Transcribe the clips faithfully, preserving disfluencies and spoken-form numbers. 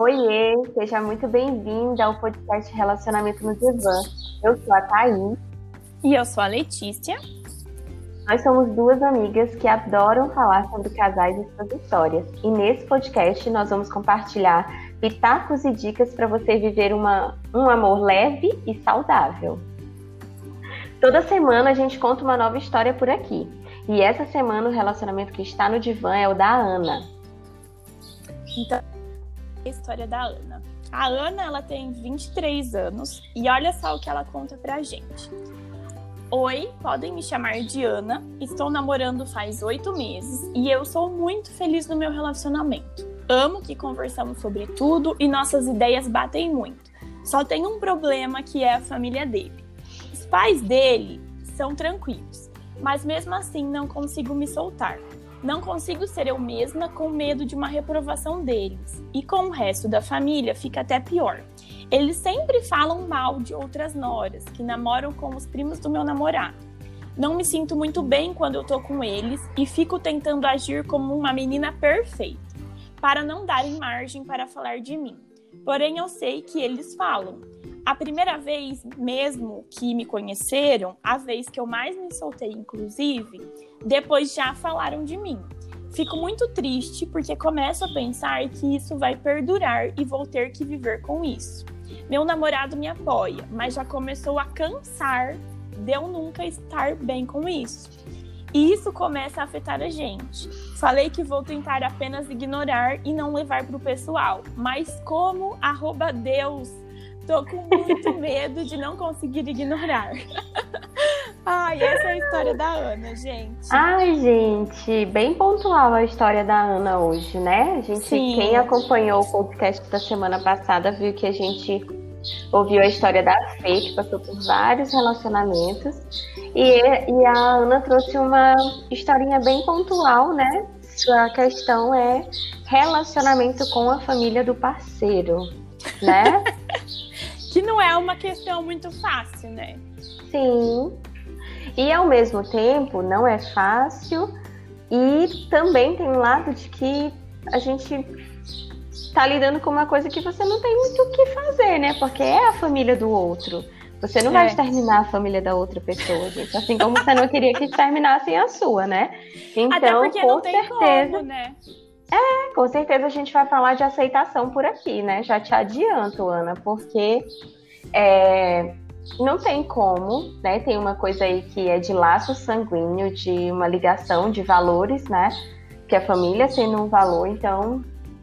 Oiê, seja muito bem-vinda ao podcast Relacionamento no Divã. Eu sou a Thaís. E eu sou a Letícia. Nós somos duas amigas que adoram falar sobre casais e suas histórias. E nesse podcast nós vamos compartilhar pitacos e dicas para você viver uma, um amor leve e saudável. Toda semana a gente conta uma nova história por aqui. E essa semana o relacionamento que está no divã é o da Ana. Então, a história da Ana. A Ana, ela tem vinte e três anos e olha só o que ela conta pra gente. Oi, podem me chamar de Ana. Estou namorando faz oito meses e eu sou muito feliz no meu relacionamento. Amo que conversamos sobre tudo e nossas ideias batem muito. Só tem um problema que é a família dele. Os pais dele são tranquilos, mas mesmo assim não consigo me soltar. Não consigo ser eu mesma com medo de uma reprovação deles. E com o resto da família fica até pior. Eles sempre falam mal de outras noras que namoram com os primos do meu namorado. Não me sinto muito bem quando eu tô com eles e fico tentando agir como uma menina perfeita, para não darem margem para falar de mim. Porém, eu sei que eles falam. A primeira vez mesmo que me conheceram, a vez que eu mais me soltei, inclusive, depois já falaram de mim. Fico muito triste porque começo a pensar que isso vai perdurar e vou ter que viver com isso. Meu namorado me apoia, mas já começou a cansar de eu nunca estar bem com isso. E isso começa a afetar a gente. Falei que vou tentar apenas ignorar e não levar pro pessoal, mas como arroba Deus, tô com muito medo de não conseguir ignorar. Ai, essa é a história da Ana, gente. Ai, gente, bem pontual a história da Ana hoje, né? A gente, Sim. Quem acompanhou o podcast da semana passada viu que a gente ouviu a história da Fê, que passou por vários relacionamentos. E, e a Ana trouxe uma historinha bem pontual, né? Sua questão é relacionamento com a família do parceiro, né? Que não é uma questão muito fácil, né? Sim. E ao mesmo tempo não é fácil e também tem um lado de que a gente tá lidando com uma coisa que você não tem muito o que fazer, né? Porque é a família do outro. Você não é. vai exterminar a família da outra pessoa, gente. Assim como você não queria que exterminassem a sua, né? Então, até porque com não tem certeza, como, né? É, com certeza a gente vai falar de aceitação por aqui, né? Já te adianto, Ana, porque é, não tem como, né? Tem uma coisa aí que é de laço sanguíneo, de uma ligação de valores, né? Que a família sendo um valor, então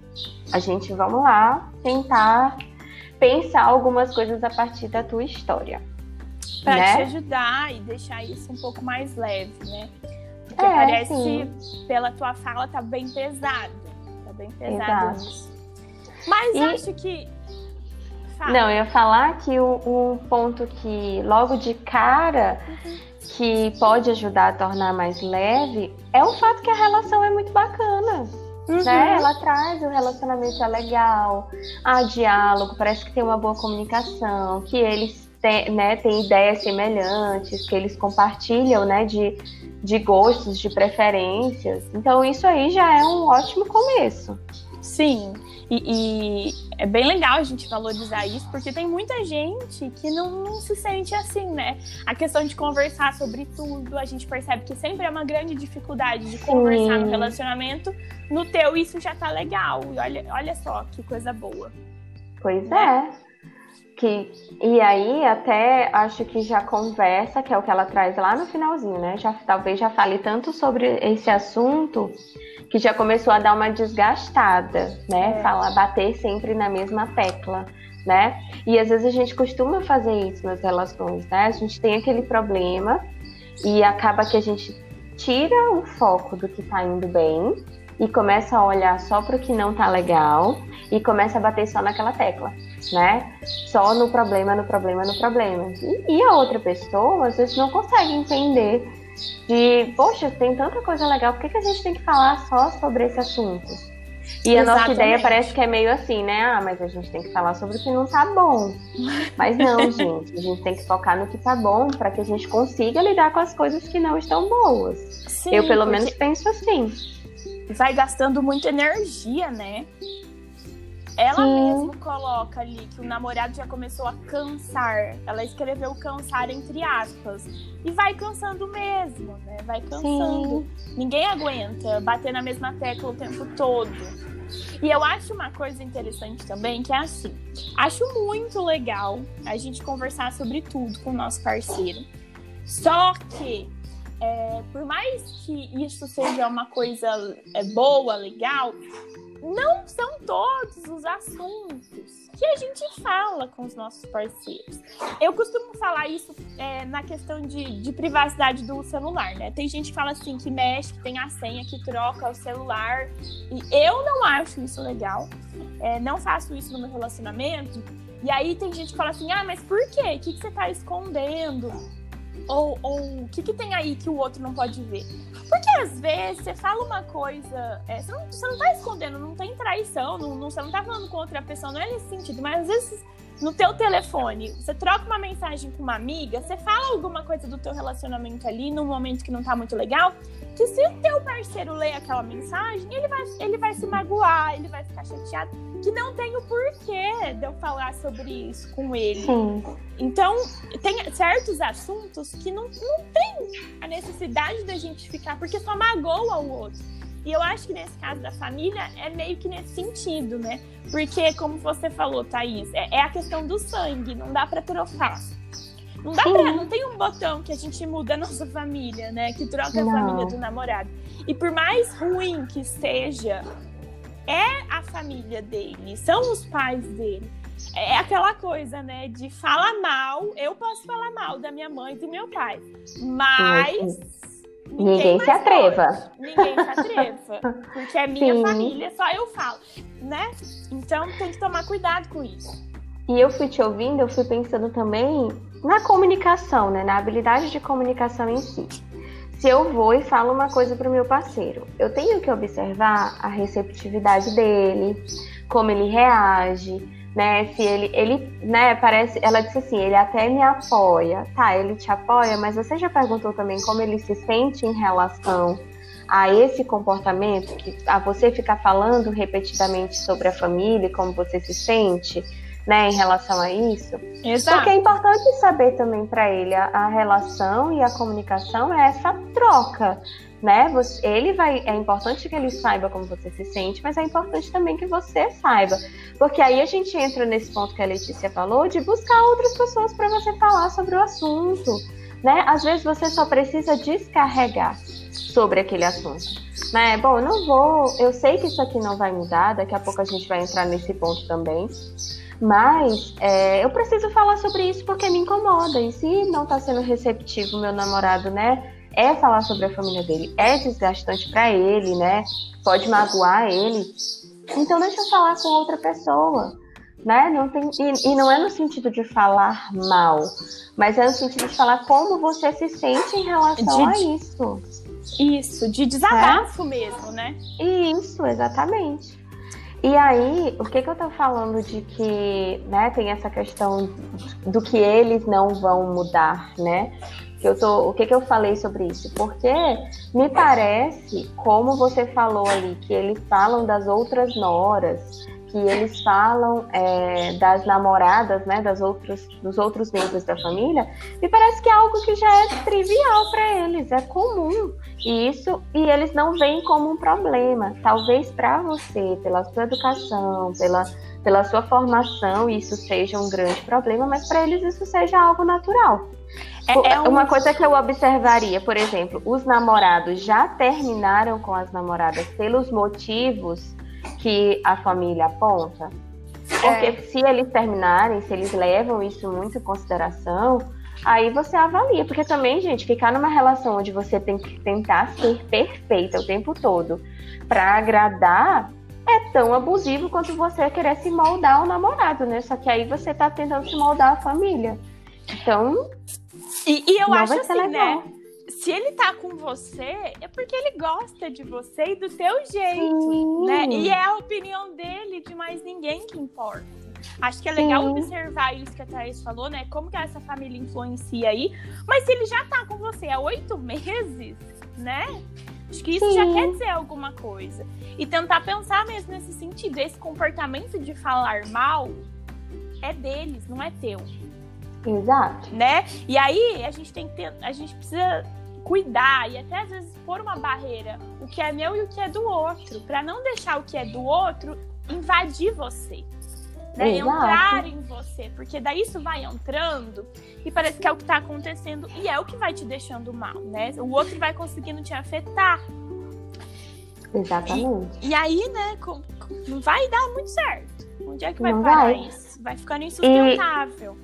a gente, vamos lá, tentar pensar algumas coisas a partir da tua história. Pra né? te ajudar e deixar isso um pouco mais leve, né? Porque É, parece, sim. pela tua fala, tá bem pesado. Tá bem pesado Exato. isso. Mas E... acho que... Fala. Não, eu ia falar que o, o ponto que logo de cara uhum. que pode ajudar a tornar mais leve é o fato que a relação é muito bacana. Uhum. Né? Ela traz o relacionamento é legal, há diálogo, parece que tem uma boa comunicação, que eles têm, né, têm ideias semelhantes, que eles compartilham, né, de, de gostos, de preferências. Então isso aí já é um ótimo começo. Sim, e, e é bem legal a gente valorizar isso, porque tem muita gente que não, não se sente assim, né? A questão de conversar sobre tudo, a gente percebe que sempre é uma grande dificuldade de conversar Sim. no relacionamento. No teu, isso já tá legal. E olha, olha só que coisa boa. Pois né? é. Que, e aí, até acho que já conversa, que é o que ela traz lá no finalzinho, né? Já, talvez já fale tanto sobre esse assunto que já começou a dar uma desgastada, né? É. Falar, bater sempre na mesma tecla, né? E às vezes a gente costuma fazer isso nas relações, né? A gente tem aquele problema e acaba que a gente tira o foco do que tá indo bem e começa a olhar só pro que não tá legal e começa a bater só naquela tecla, né? Só no problema, no problema, no problema. E, e a outra pessoa, às vezes, não consegue entender de, poxa, tem tanta coisa legal, por que, que a gente tem que falar só sobre esse assunto? E a Exatamente. nossa ideia parece que é meio assim, né? Ah, mas a gente tem que falar sobre o que não tá bom. Mas não, gente, a gente tem que focar no que tá bom para que a gente consiga lidar com as coisas que não estão boas. Sim, eu, pelo porque... menos, penso assim. vai gastando muita energia, né? Ela Sim. mesma coloca ali que o namorado já começou a cansar. Ela escreveu cansar entre aspas. E vai cansando mesmo, né? Vai cansando. Sim. Ninguém aguenta bater na mesma tecla o tempo todo. E eu acho uma coisa interessante também, que é assim. Acho muito legal a gente conversar sobre tudo com o nosso parceiro. Só que, é, por mais que isso seja uma coisa é, boa, legal... Não são todos os assuntos que a gente fala com os nossos parceiros. Eu costumo falar isso é, na questão de, de privacidade do celular, né? Tem gente que fala assim, que mexe, que tem a senha, que troca o celular. E eu não acho isso legal. É, não faço isso no meu relacionamento. E aí tem gente que fala assim, ah, mas por quê? O que, que você tá escondendo? Ou, ou o que, que tem aí que o outro não pode ver? Porque às vezes você fala uma coisa, é, você, não, você não tá escondendo, não tem traição, não, não, você não tá falando com outra pessoa, não é nesse sentido, mas às vezes no teu telefone, você troca uma mensagem com uma amiga, você fala alguma coisa do teu relacionamento ali, num momento que não tá muito legal, que se o teu parceiro ler aquela mensagem, ele vai, ele vai se magoar, ele vai ficar chateado, que não tem o porquê de eu falar sobre isso com ele. Sim. Então, tem certos assuntos que não, não tem a necessidade da gente ficar, porque só magoa o outro. E eu acho que nesse caso da família é meio que nesse sentido, né? Porque, como você falou, Thaís, é, é a questão do sangue, não dá pra trocar. Não dá pra, não tem um botão que a gente muda a nossa família, né? Que troca a não. família do namorado. E por mais ruim que seja, é a família dele, são os pais dele. É aquela coisa, né? De falar mal, eu posso falar mal da minha mãe e do meu pai, mas ninguém, ninguém se atreva. Pode. Ninguém se atreva, porque é minha Sim. família, só eu falo, né? Então tem que tomar cuidado com isso. E eu fui te ouvindo, eu fui pensando também na comunicação, né? Na habilidade de comunicação em si. Se eu vou e falo uma coisa para o meu parceiro, eu tenho que observar a receptividade dele, como ele reage, né? Se ele, ele, né? Parece, ela disse assim, ele até me apoia, tá? Ele te apoia, mas você já perguntou também como ele se sente em relação a esse comportamento, que a você ficar falando repetidamente sobre a família, como você se sente, né, em relação a isso. Exato. Porque é importante saber também para ele a, a relação e a comunicação é essa troca, né? Você, ele vai, é importante que ele saiba como você se sente, mas é importante também que você saiba, porque aí a gente entra nesse ponto que a Letícia falou, de buscar outras pessoas para você falar sobre o assunto, né? Às vezes você só precisa descarregar sobre aquele assunto, né? Bom, eu não vou, eu sei que isso aqui não vai mudar, daqui a pouco a gente vai entrar nesse ponto também. Mas é, eu preciso falar sobre isso porque me incomoda. E se não tá sendo receptivo meu namorado, né? É falar sobre a família dele. É desgastante pra ele, né? Pode magoar ele. Então deixa eu falar com outra pessoa, né? Não tem, e, e não é no sentido de falar mal, mas é no sentido de falar como você se sente em relação de, a isso. Isso, de desabafo é? mesmo, né? Isso, exatamente. E aí, o que que eu tô falando de que, né, tem essa questão do que eles não vão mudar, né? Que eu tô, o que que eu falei sobre isso? Porque me parece, como você falou ali, que eles falam das outras noras, que eles falam é, das namoradas, né, das outros, dos outros membros da família, me parece que é algo que já é trivial para eles, é comum. E isso, e eles não veem como um problema. Talvez para você, pela sua educação, pela, pela sua formação, isso seja um grande problema, mas para eles isso seja algo natural. É, é um... Uma coisa que eu observaria, por exemplo, os namorados já terminaram com as namoradas pelos motivos que a família aponta? Porque é. se eles terminarem, se eles levam isso muito em consideração, aí você avalia. Porque também, gente, ficar numa relação onde você tem que tentar ser perfeita o tempo todo para agradar é tão abusivo quanto você querer se moldar ao namorado, né? Só que aí você tá tentando se moldar à família. Então, e, e eu não acho vai ser assim, legal. né? Se ele tá com você, é porque ele gosta de você e do teu jeito, Sim. né? E é a opinião dele, de mais ninguém que importa. Acho que é legal Sim. observar isso que a Thaís falou, né? Como que essa família influencia aí. Mas se ele já tá com você há oito meses, né? Acho que isso Sim. já quer dizer alguma coisa. E tentar pensar mesmo nesse sentido. Esse comportamento de falar mal é deles, não é teu. Exato. Né? E aí a gente tem que ter, a gente precisa cuidar e até às vezes pôr uma barreira, o que é meu e o que é do outro, para não deixar o que é do outro invadir você. Né, entrar em você, porque daí isso vai entrando e parece que é o que tá acontecendo e é o que vai te deixando mal, né? O outro vai conseguindo te afetar. Exatamente. E, e aí, né, com, com, não vai dar muito certo. Onde é que vai Não parar vai. isso? Vai ficando insustentável.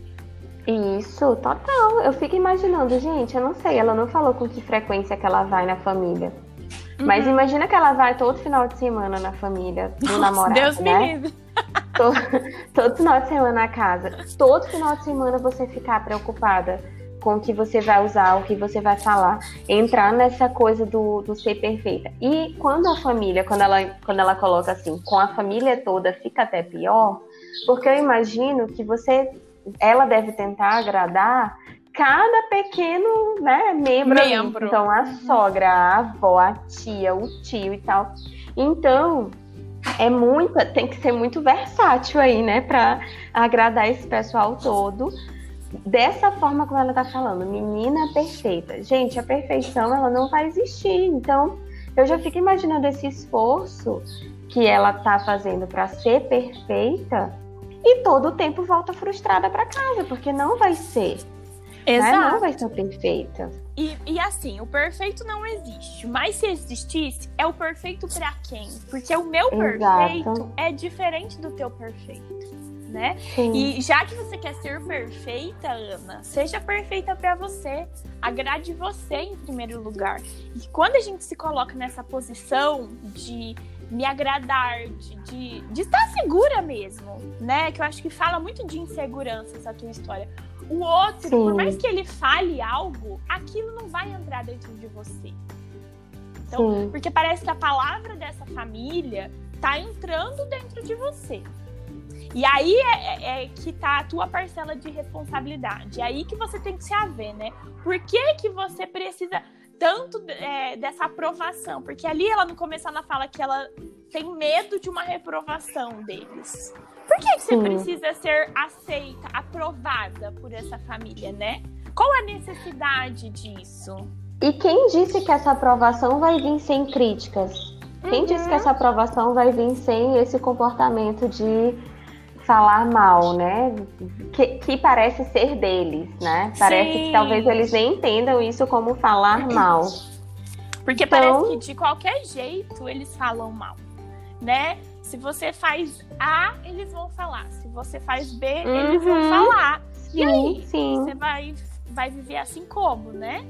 E... Isso, total. Eu fico imaginando, gente, eu não sei, ela não falou com que frequência que ela vai na família. Uhum. Mas imagina que ela vai todo final de semana na família do Nossa, namorado, Deus né? me livre. Todo, todo final de semana na casa. Todo final de semana você ficar preocupada com o que você vai usar, o que você vai falar. Entrar nessa coisa do, do ser perfeita. E quando a família, quando ela, quando ela coloca assim, com a família toda fica até pior, porque eu imagino que você, ela deve tentar agradar cada pequeno, né, membro, membro. Então a sogra, a avó, a tia, o tio e tal. Então é muito, tem que ser muito versátil aí, né, para agradar esse pessoal todo. Dessa forma como ela tá falando, menina perfeita. Gente, a perfeição ela não vai existir. Então eu já fico imaginando esse esforço que ela tá fazendo para ser perfeita e todo o tempo volta frustrada para casa, porque não vai ser. Exato. Né? Não vai ser perfeita. E, e assim, o perfeito não existe. Mas se existisse, é o perfeito pra quem? Porque o meu perfeito Exato. É diferente do teu perfeito, né? Sim. E já que você quer ser perfeita, Ana, seja perfeita pra você. Agrade você em primeiro lugar. E quando a gente se coloca nessa posição de me agradar, de, de, de estar segura mesmo, né? Que eu acho que fala muito de insegurança essa tua história. O outro, Sim. por mais que ele fale algo, aquilo não vai entrar dentro de você. Então, Sim. porque parece que a palavra dessa família tá entrando dentro de você. E aí é, é, é que tá a tua parcela de responsabilidade. É aí que você tem que se haver, né? Por que que você precisa tanto é, dessa aprovação? Porque ali ela no começo ela fala que ela tem medo de uma reprovação deles. Por que que você Sim. precisa ser aceita, aprovada por essa família, né? Qual a necessidade disso? E quem disse que essa aprovação vai vir sem críticas? Quem uhum. disse que essa aprovação vai vir sem esse comportamento de falar mal, né? Que, que parece ser deles, né? Parece Sim. que talvez eles nem entendam isso como falar mal. Porque então... parece que de qualquer jeito eles falam mal, né? Se você faz A, eles vão falar. Se você faz B, uhum. eles vão falar. Sim, e aí, sim. você vai, vai viver assim como, né?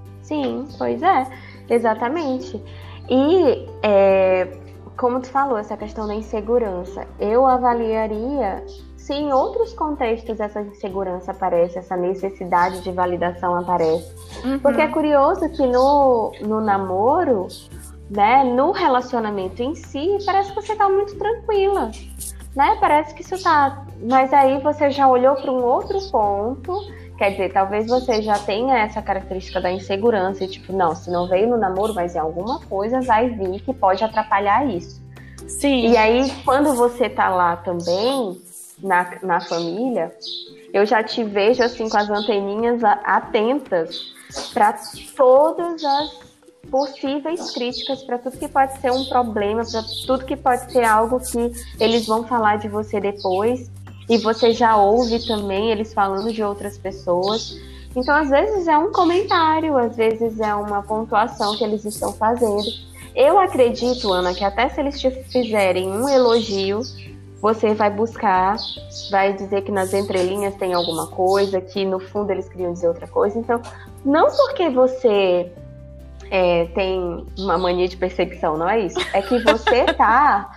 Sim, pois é. Exatamente. E, é, como tu falou, essa questão da insegurança, eu avaliaria se em outros contextos essa insegurança aparece, essa necessidade de validação aparece. Uhum. Porque é curioso que no, no namoro... Né? No relacionamento em si, parece que você tá muito tranquila, né? Parece que isso tá... Mas aí você já olhou para um outro ponto, quer dizer, talvez você já tenha essa característica da insegurança, e tipo, não, se não veio no namoro, mas em alguma coisa vai vir que pode atrapalhar isso. Sim. E aí, quando você tá lá também, na, na família, eu já te vejo assim com as anteninhas atentas para todas as possíveis críticas, para tudo que pode ser um problema, para tudo que pode ser algo que eles vão falar de você depois, e você já ouve também eles falando de outras pessoas. Então, às vezes é um comentário, às vezes é uma pontuação que eles estão fazendo. Eu acredito, Ana, que até se eles te fizerem um elogio, você vai buscar, vai dizer que nas entrelinhas tem alguma coisa, que no fundo eles queriam dizer outra coisa. Então, não porque você é, tem uma mania de perseguição, não é isso. É que você tá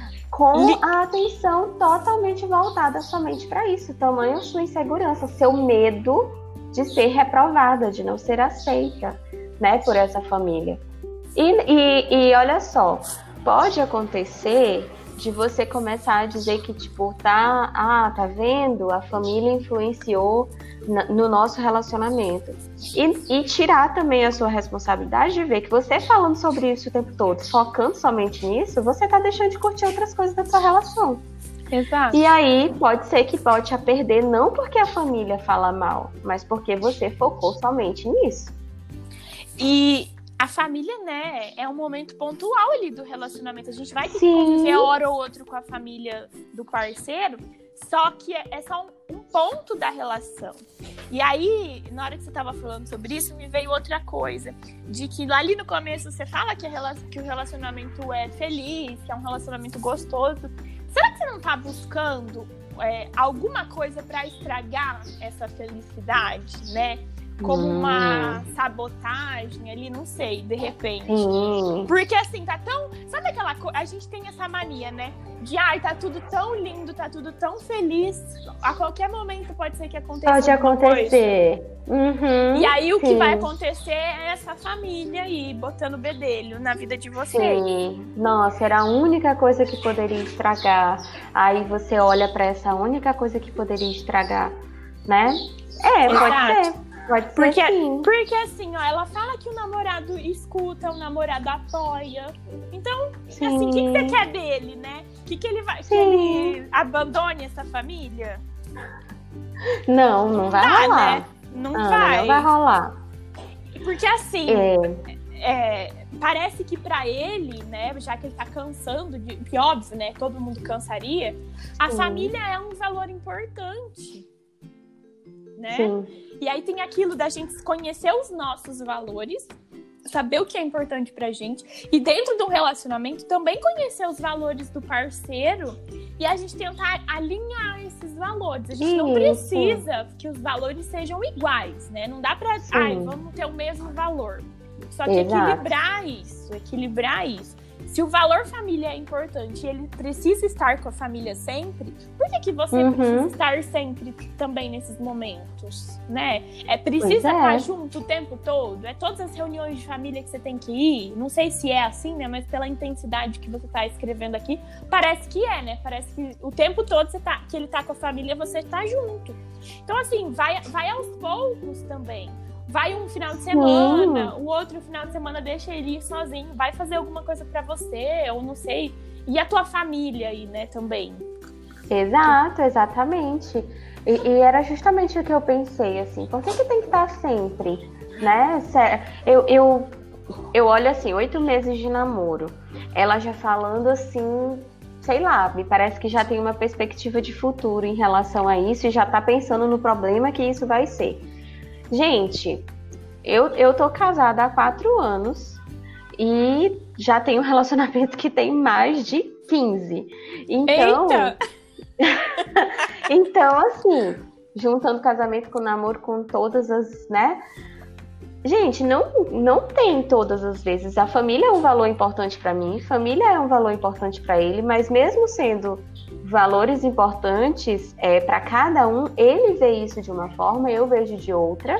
com a atenção totalmente voltada somente para isso. Tamanho sua insegurança, seu medo de ser reprovada, de não ser aceita, né, por essa família. E, e, e olha só, pode acontecer de você começar a dizer que, tipo, tá, ah, tá vendo? A família influenciou na, no nosso relacionamento. E, e tirar também a sua responsabilidade de ver que você falando sobre isso o tempo todo, focando somente nisso, você tá deixando de curtir outras coisas da sua relação. Exato. E aí pode ser que bote a perder, não porque a família fala mal, mas porque você focou somente nisso. E a família, né, é um momento pontual ali do relacionamento. A gente vai ter que conviver hora ou outra com a família do parceiro, só que é só um, um ponto da relação. E aí, na hora que você estava falando sobre isso, me veio outra coisa. De que lá ali no começo você fala que, a, que o relacionamento é feliz, que é um relacionamento gostoso. Será que você não está buscando é, alguma coisa para estragar essa felicidade, né? Como hum. uma sabotagem ali, não sei, de repente. Hum. Porque assim, tá tão... Sabe aquela coisa? A gente tem essa mania, né? De, ai, tá tudo tão lindo, tá tudo tão feliz. A qualquer momento pode ser que aconteça Pode acontecer. Uhum, e aí o sim. que vai acontecer é essa família aí, botando bedelho na vida de vocês. Sim. Nossa, era a única coisa que poderia estragar. Aí você olha pra essa única coisa que poderia estragar, né? É, Exato. pode ser. Pode ser, porque, sim. porque assim, ó, ela fala que o namorado escuta, o namorado apoia. Então, sim. assim, o que, que você quer dele, né? Que que ele vai, que ele abandone essa família? Não, não vai Dá, rolar. Né? Não Ana, vai. Não vai rolar. Porque assim, é. É, parece que pra ele, né, já que ele tá cansando, de, que óbvio, né, todo mundo cansaria, a sim. família é um valor importante. Né? Sim. E aí tem aquilo da gente conhecer os nossos valores, saber o que é importante pra gente, e dentro do relacionamento também conhecer os valores do parceiro e a gente tentar alinhar esses valores. A gente Isso. não precisa que os valores sejam iguais, né? Não dá pra, Sim. ai, vamos ter o mesmo valor. Só que Exato. equilibrar isso, equilibrar isso. Se o valor família é importante e ele precisa estar com a família sempre, por que, que você uhum. precisa estar sempre também nesses momentos, né? É, precisa é. estar junto o tempo todo? É todas as reuniões de família que você tem que ir? Não sei se é assim, né? Mas pela intensidade que você tá escrevendo aqui, parece que é, né? Parece que o tempo todo você tá, que ele tá com a família, você tá junto. Então, assim, vai, vai aos poucos também. Vai um final de semana, Sim. o outro final de semana deixa ele ir sozinho, vai fazer alguma coisa pra você, ou não sei. E a tua família aí, né, também. Exato, exatamente. E, e era justamente o que eu pensei, assim, por que que tem que estar sempre, né? Eu, eu, eu olho assim, oito meses de namoro, ela já falando assim, sei lá, me parece que já tem uma perspectiva de futuro em relação a isso e já tá pensando no problema que isso vai ser. Gente, eu, eu tô casada há quatro anos e já tenho um relacionamento que tem mais de quinze. Então, Eita! então, assim, juntando casamento com namoro com todas as, né? Gente, não, não tem todas as vezes. A família é um valor importante para mim, família é um valor importante para ele, mas mesmo sendo valores importantes é, para cada um, ele vê isso de uma forma, eu vejo de outra.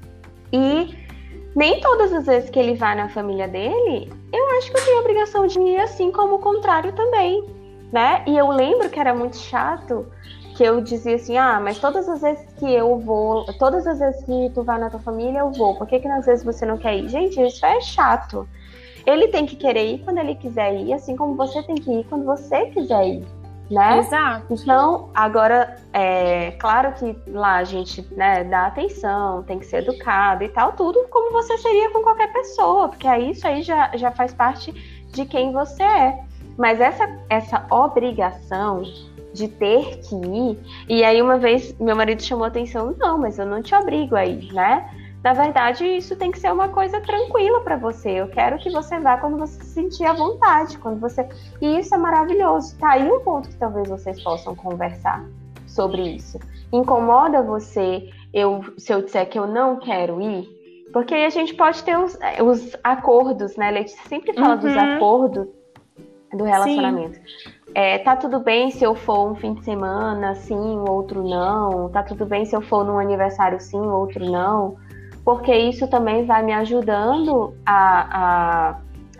E nem todas as vezes que ele vai na família dele, eu acho que eu tenho a obrigação de ir, assim como o contrário também, né? E eu lembro que era muito chato, que eu dizia assim, ah, mas todas as vezes que eu vou, todas as vezes que tu vai na tua família, eu vou. Por que que às vezes você não quer ir? Gente, isso é chato. Ele tem que querer ir quando ele quiser ir, assim como você tem que ir quando você quiser ir, né? Exato. Então, agora, é claro que lá a gente, né, dá atenção, tem que ser educado e tal, tudo como você seria com qualquer pessoa, porque aí isso aí já, já faz parte de quem você é. Mas essa, essa obrigação de ter que ir, e aí uma vez meu marido chamou a atenção, não, mas eu não te obrigo a ir, né? Na verdade, isso tem que ser uma coisa tranquila para você. Eu quero que você vá quando você se sentir à vontade, quando você... E isso é maravilhoso. Tá aí um ponto que talvez vocês possam conversar sobre isso. Incomoda você eu, se eu disser que eu não quero ir? Porque aí a gente pode ter os, os acordos, né? Letícia sempre fala uhum. dos acordos do relacionamento. É, tá tudo bem se eu for um fim de semana, sim, o outro não. Tá tudo bem se eu for num aniversário, sim, o outro não. Porque isso também vai me ajudando a, a,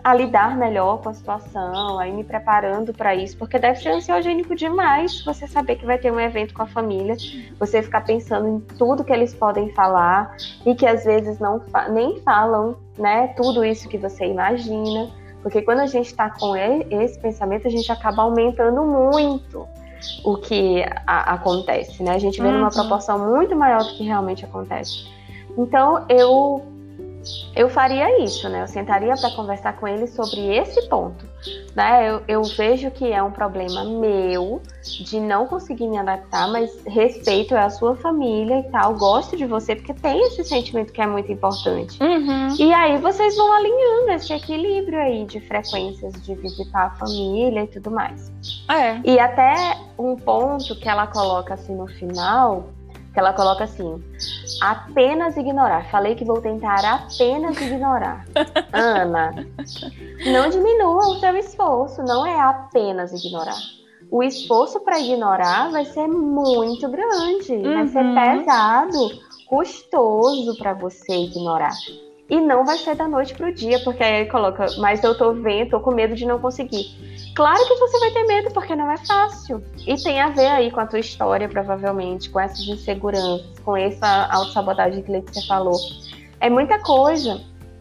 a lidar melhor com a situação, aí me preparando para isso, porque deve ser ansiogênico demais você saber que vai ter um evento com a família, você ficar pensando em tudo que eles podem falar e que às vezes não fa- nem falam, né, tudo isso que você imagina, porque quando a gente está com esse pensamento, a gente acaba aumentando muito o que a- acontece, né? A gente vê Uhum. numa proporção muito maior do que realmente acontece. Então, eu eu faria isso, né? Eu sentaria para conversar com ele sobre esse ponto, né? Eu, eu vejo que é um problema meu de não conseguir me adaptar, mas respeito é a sua família e tal, gosto de você porque tem esse sentimento que é muito importante. Uhum. E aí vocês vão alinhando esse equilíbrio aí de frequências de visitar a família e tudo mais. É. E até um ponto que ela coloca assim no final, que ela coloca assim, apenas ignorar. Falei que vou tentar apenas ignorar. Ana, não diminua o seu esforço, não é apenas ignorar. O esforço para ignorar vai ser muito grande, Uhum. vai ser pesado, custoso para você ignorar. E não vai ser da noite pro dia, porque aí ele coloca, mas eu tô vendo, tô com medo de não conseguir. Claro que você vai ter medo, porque não é fácil. E tem a ver aí com a tua história, provavelmente, com essas inseguranças, com essa autossabotagem que você falou. É muita coisa.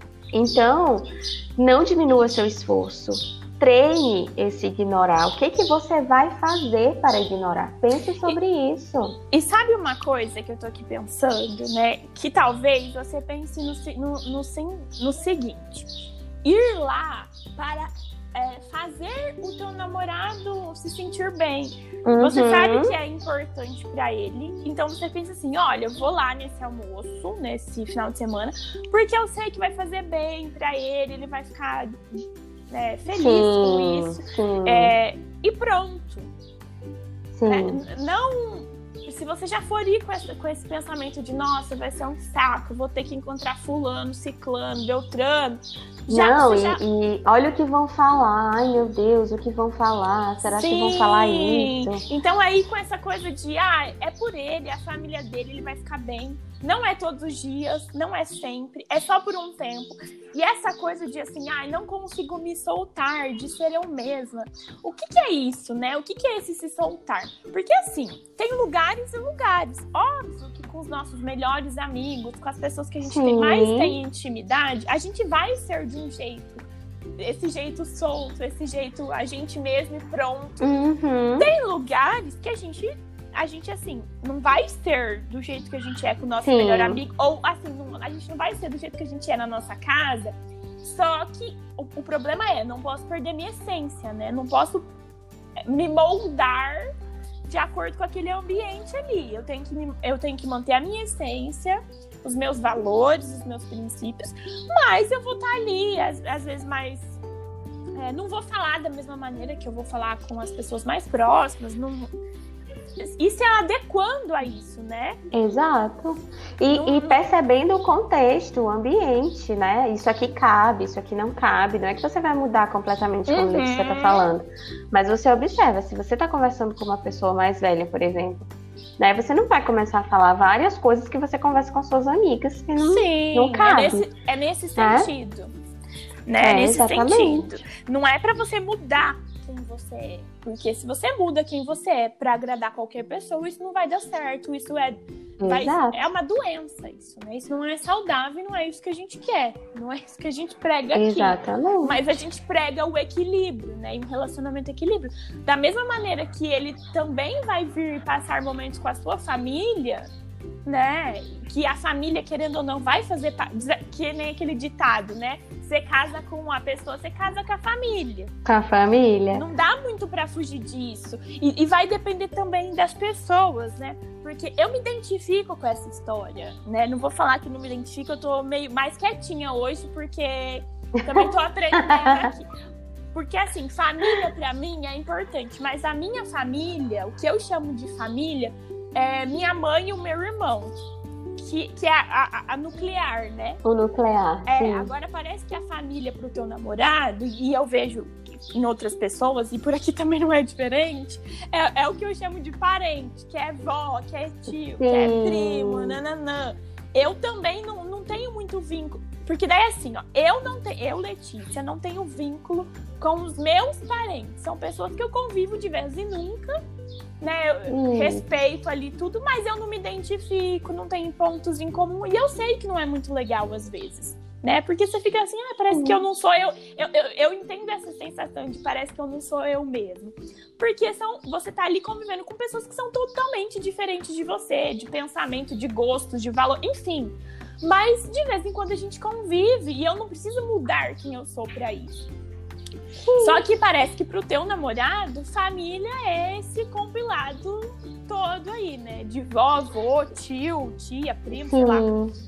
Então, não diminua seu esforço. Treine esse ignorar. O que, que você vai fazer para ignorar? Pense sobre isso. E sabe uma coisa que eu tô aqui pensando, né? Que talvez você pense no, no, no, no seguinte. Ir lá para é, fazer o teu namorado se sentir bem. Uhum. Você sabe que é importante pra ele. Então você pensa assim, olha, eu vou lá nesse almoço, nesse final de semana, porque eu sei que vai fazer bem pra ele, ele vai ficar... É, feliz sim, com isso é, e pronto, né? Não, se você já for ir com, essa, com esse pensamento de nossa, vai ser um saco, vou ter que encontrar fulano, ciclano, beltrano, já, não, já... E, e olha o que vão falar, ai meu Deus, o que vão falar, será Sim. que vão falar isso? Então aí com essa coisa de ah, é por ele, a família dele, ele vai ficar bem. Não é todos os dias, não é sempre, é só por um tempo. E essa coisa de assim, ai, ah, não consigo me soltar, de ser eu mesma. O que que é isso, né? O que que é esse se soltar? Porque assim, tem lugares e lugares. Óbvio que com os nossos melhores amigos, com as pessoas que a gente tem, mais tem intimidade, a gente vai ser de um jeito. Esse jeito solto, esse jeito a gente mesmo e pronto. Uhum. Tem lugares que a gente... A gente, assim, não vai ser do jeito que a gente é com o nosso Sim. melhor amigo. Ou, assim, não, a gente não vai ser do jeito que a gente é na nossa casa. Só que o, o problema é, não posso perder minha essência, né? Não posso me moldar de acordo com aquele ambiente ali. Eu tenho que, me, eu tenho que manter a minha essência, os meus valores, os meus princípios. Mas eu vou estar ali, às, às vezes mais... É, não vou falar da mesma maneira que eu vou falar com as pessoas mais próximas, não... E se adequando a isso, né? Exato. E, não, e percebendo o contexto, o ambiente, né? Isso aqui cabe, isso aqui não cabe. Não é que você vai mudar completamente como uhum. você está falando. Mas você observa, se você está conversando com uma pessoa mais velha, por exemplo, né? Você não vai começar a falar várias coisas que você conversa com suas amigas que não, Sim, não cabe. É nesse, é nesse sentido. É? Né? É, nesse exatamente. sentido. Não é pra você mudar quem você é. Porque se você muda quem você é pra agradar qualquer pessoa, isso não vai dar certo. Isso é, vai, é uma doença, isso, né? Isso não é saudável, não é isso que a gente quer. Não é isso que a gente prega aqui. Exatamente. Mas a gente prega o equilíbrio, né? E um relacionamento equilíbrio. Da mesma maneira que ele também vai vir passar momentos com a sua família, né? Que a família, querendo ou não, vai fazer... Que nem aquele ditado, né? Você casa com uma pessoa, você casa com a família. Com a família. Não dá muito pra fugir disso. E, e vai depender também das pessoas, né? Porque eu me identifico com essa história, né? Não vou falar que não me identifico, eu tô meio mais quietinha hoje, porque também tô aprendendo aqui. Porque, assim, família pra mim é importante, mas a minha família, o que eu chamo de família, é minha mãe e o meu irmão. Que, que é a, a, a nuclear, né? O nuclear, é, sim. Agora parece que a família pro teu namorado, e eu vejo em outras pessoas, e por aqui também não é diferente, é, é o que eu chamo de parente, que é vó, que é tio, sim. que é primo, nananã. Eu também não, não tenho muito vínculo, porque daí assim, ó, eu não tenho, eu, Letícia, não tenho vínculo com os meus parentes. São pessoas que eu convivo de vez em nunca, né? Eu Hum. respeito ali tudo, mas eu não me identifico, não tenho pontos em comum. E eu sei que não é muito legal às vezes, né? Porque você fica assim, ah, parece hum. que eu não sou eu. Eu, eu. eu entendo essa sensação de parece que eu não sou eu mesmo. Porque são, você tá ali convivendo com pessoas que são totalmente diferentes de você, de pensamento, de gostos, de valor, enfim. Mas de vez em quando a gente convive e eu não preciso mudar quem eu sou pra isso. Sim. Só que parece que pro teu namorado, família é esse compilado todo aí, né? De vó, avô, tio, tia, primo, Sim. sei lá.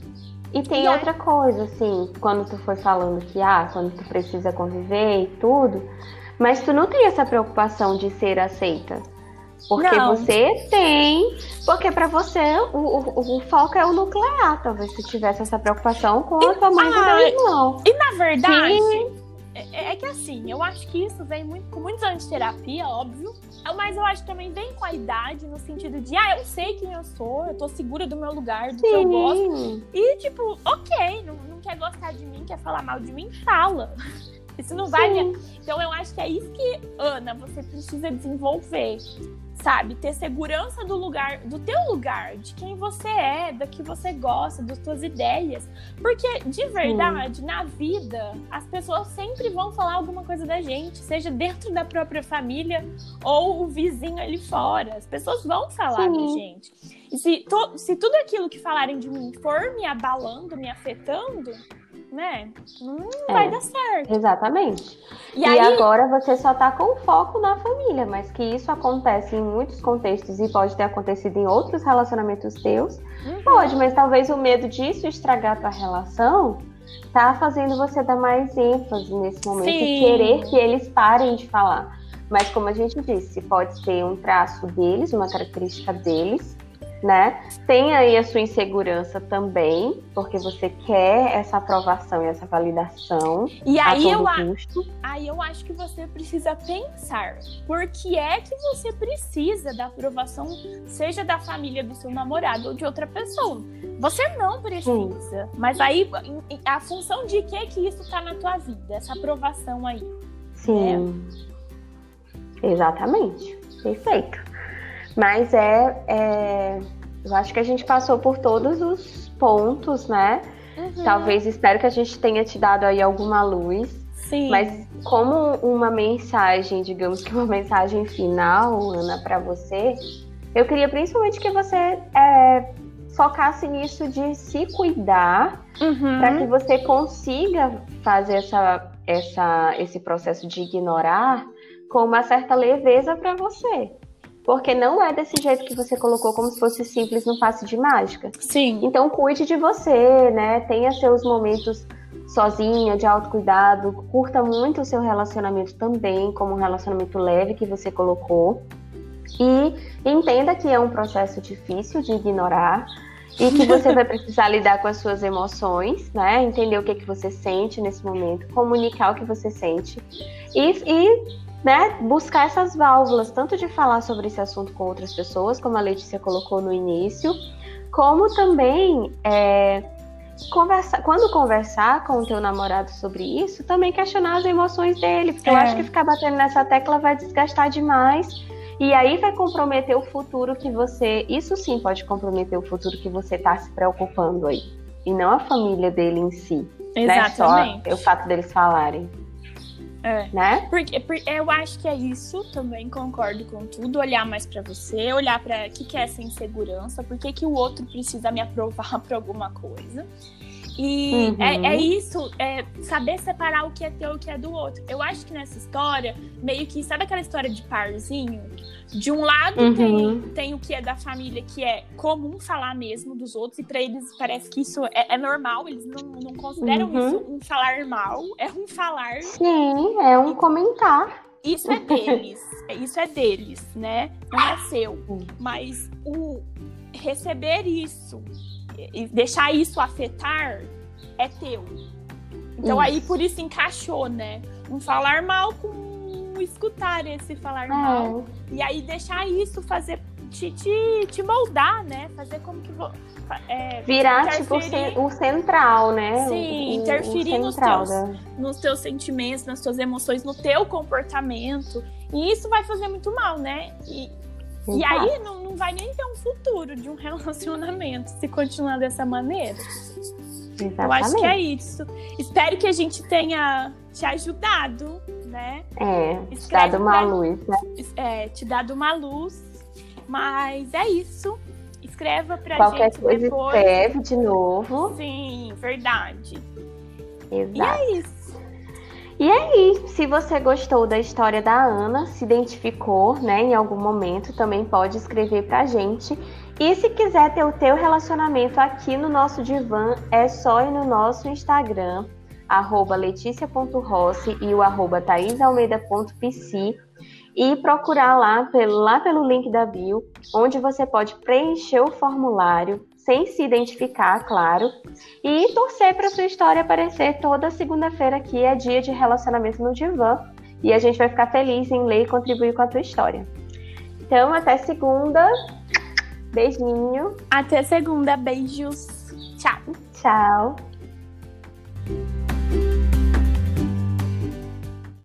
E tem e outra aí... coisa, assim, quando tu foi falando que, ah, quando tu precisa conviver e tudo, mas tu não tem essa preocupação de ser aceita. Porque não. Você tem, porque pra você o, o, o foco é o nuclear. Talvez você tivesse essa preocupação com a tua mãe e com teu irmão. E na verdade, que... é, é que assim, eu acho que isso vem muito, com muitos anos de terapia, óbvio. Mas eu acho que também vem com a idade, no sentido de, ah, eu sei quem eu sou, eu tô segura do meu lugar, do Sim. que eu gosto. E tipo, ok, não, não quer gostar de mim, quer falar mal de mim, fala. Isso não vai... Sim. Então eu acho que é isso que, Ana, você precisa desenvolver. Sabe, ter segurança do lugar, do teu lugar, de quem você é, da que você gosta, das tuas ideias. Porque, de verdade, hum. na vida, as pessoas sempre vão falar alguma coisa da gente, seja dentro da própria família ou o vizinho ali fora. As pessoas vão falar Sim. da gente. E se, to, se tudo aquilo que falarem de mim for me abalando, me afetando, né, não é, vai dar certo. Exatamente. E, e aí... agora você só tá com foco na família, mas que isso acontece em muitos contextos e pode ter acontecido em outros relacionamentos teus, uhum. pode, mas talvez o medo disso estragar a tua relação tá fazendo você dar mais ênfase nesse momento Sim. e querer que eles parem de falar. Mas como a gente disse, pode ser um traço deles, uma característica deles, né? Tem aí a sua insegurança também, porque você quer essa aprovação e essa validação e aí a todo eu custo. A... Aí eu acho que você precisa pensar por que é que você precisa da aprovação, seja da família do seu namorado ou de outra pessoa. Você não precisa, Sim. mas aí a função de que é que isso tá na tua vida, essa aprovação aí. Sim, é. Exatamente, perfeito. Mas é, é... eu acho que a gente passou por todos os pontos, né? Uhum. Talvez, espero que a gente tenha te dado aí alguma luz. Sim. Mas como uma mensagem, digamos que uma mensagem final, Ana, para você, eu queria principalmente que você é, focasse nisso de se cuidar, uhum. para que você consiga fazer essa, essa, esse processo de ignorar com uma certa leveza para você. Porque não é desse jeito que você colocou, como se fosse simples no passe de mágica. Sim. Então, cuide de você, né? Tenha seus momentos sozinha, de autocuidado. Curta muito o seu relacionamento também, como um relacionamento leve que você colocou. E entenda que é um processo difícil de ignorar e que você vai precisar lidar com as suas emoções, né? Entender o que, é que você sente nesse momento, comunicar o que você sente. E... e né, buscar essas válvulas, tanto de falar sobre esse assunto com outras pessoas, como a Letícia colocou no início, como também é, conversar, quando conversar com o teu namorado sobre isso, também questionar as emoções dele, porque é. eu acho que ficar batendo nessa tecla vai desgastar demais, e aí vai comprometer o futuro que você, isso sim pode comprometer o futuro que você está se preocupando aí, e não a família dele em si, Exatamente. Né, só o fato deles falarem. É. Né? Porque, porque eu acho que é isso, também concordo com tudo, olhar mais pra você, olhar pra o que, que é essa insegurança, por que, que o outro precisa me aprovar pra alguma coisa. E uhum. é, é isso, é saber separar o que é teu e o que é do outro. Eu acho que nessa história, meio que, sabe aquela história de parzinho? De um lado uhum. tem, tem o que é da família, que é comum falar mesmo dos outros, e pra eles parece que isso é, é normal, eles não, não consideram uhum. isso um falar mal, é um falar... Sim, é um comentar. Isso é deles, isso é deles, né? Não é seu. Mas o receber isso e deixar isso afetar é teu. Então isso. Aí por isso encaixou, né? Um falar mal com escutar esse falar é. mal. E aí deixar isso fazer te, te, te moldar, né? Fazer como que vou, é, virar tipo o central, né? Sim, o, interferir nos central, teus, né? nos teus sentimentos, nas tuas emoções, no teu comportamento. E isso vai fazer muito mal, né? E, e aí não, não vai nem ter um futuro de um relacionamento se continuar dessa maneira. Exatamente. Eu acho que é isso. Espero que a gente tenha te ajudado, né? É, te Escreve dado uma pra- luz, né? É, te dado uma luz. Mas é isso. Escreva pra Qualquer gente coisa depois. escreve de novo. Sim, verdade. E Exato. é isso. E aí, se você gostou da história da Ana, se identificou, né, em algum momento, também pode escrever pra gente. E se quiser ter o teu relacionamento aqui no nosso divã, é só ir no nosso Instagram, arroba leticia ponto rossi e o arroba thaisalmeida ponto pc, e procurar lá pelo, lá pelo link da bio, onde você pode preencher o formulário, sem se identificar, claro, e torcer para sua história aparecer toda segunda-feira, que é dia de relacionamento no divã, e a gente vai ficar feliz em ler e contribuir com a tua história. Então, até segunda. Beijinho. Até segunda. Beijos. Tchau. Tchau.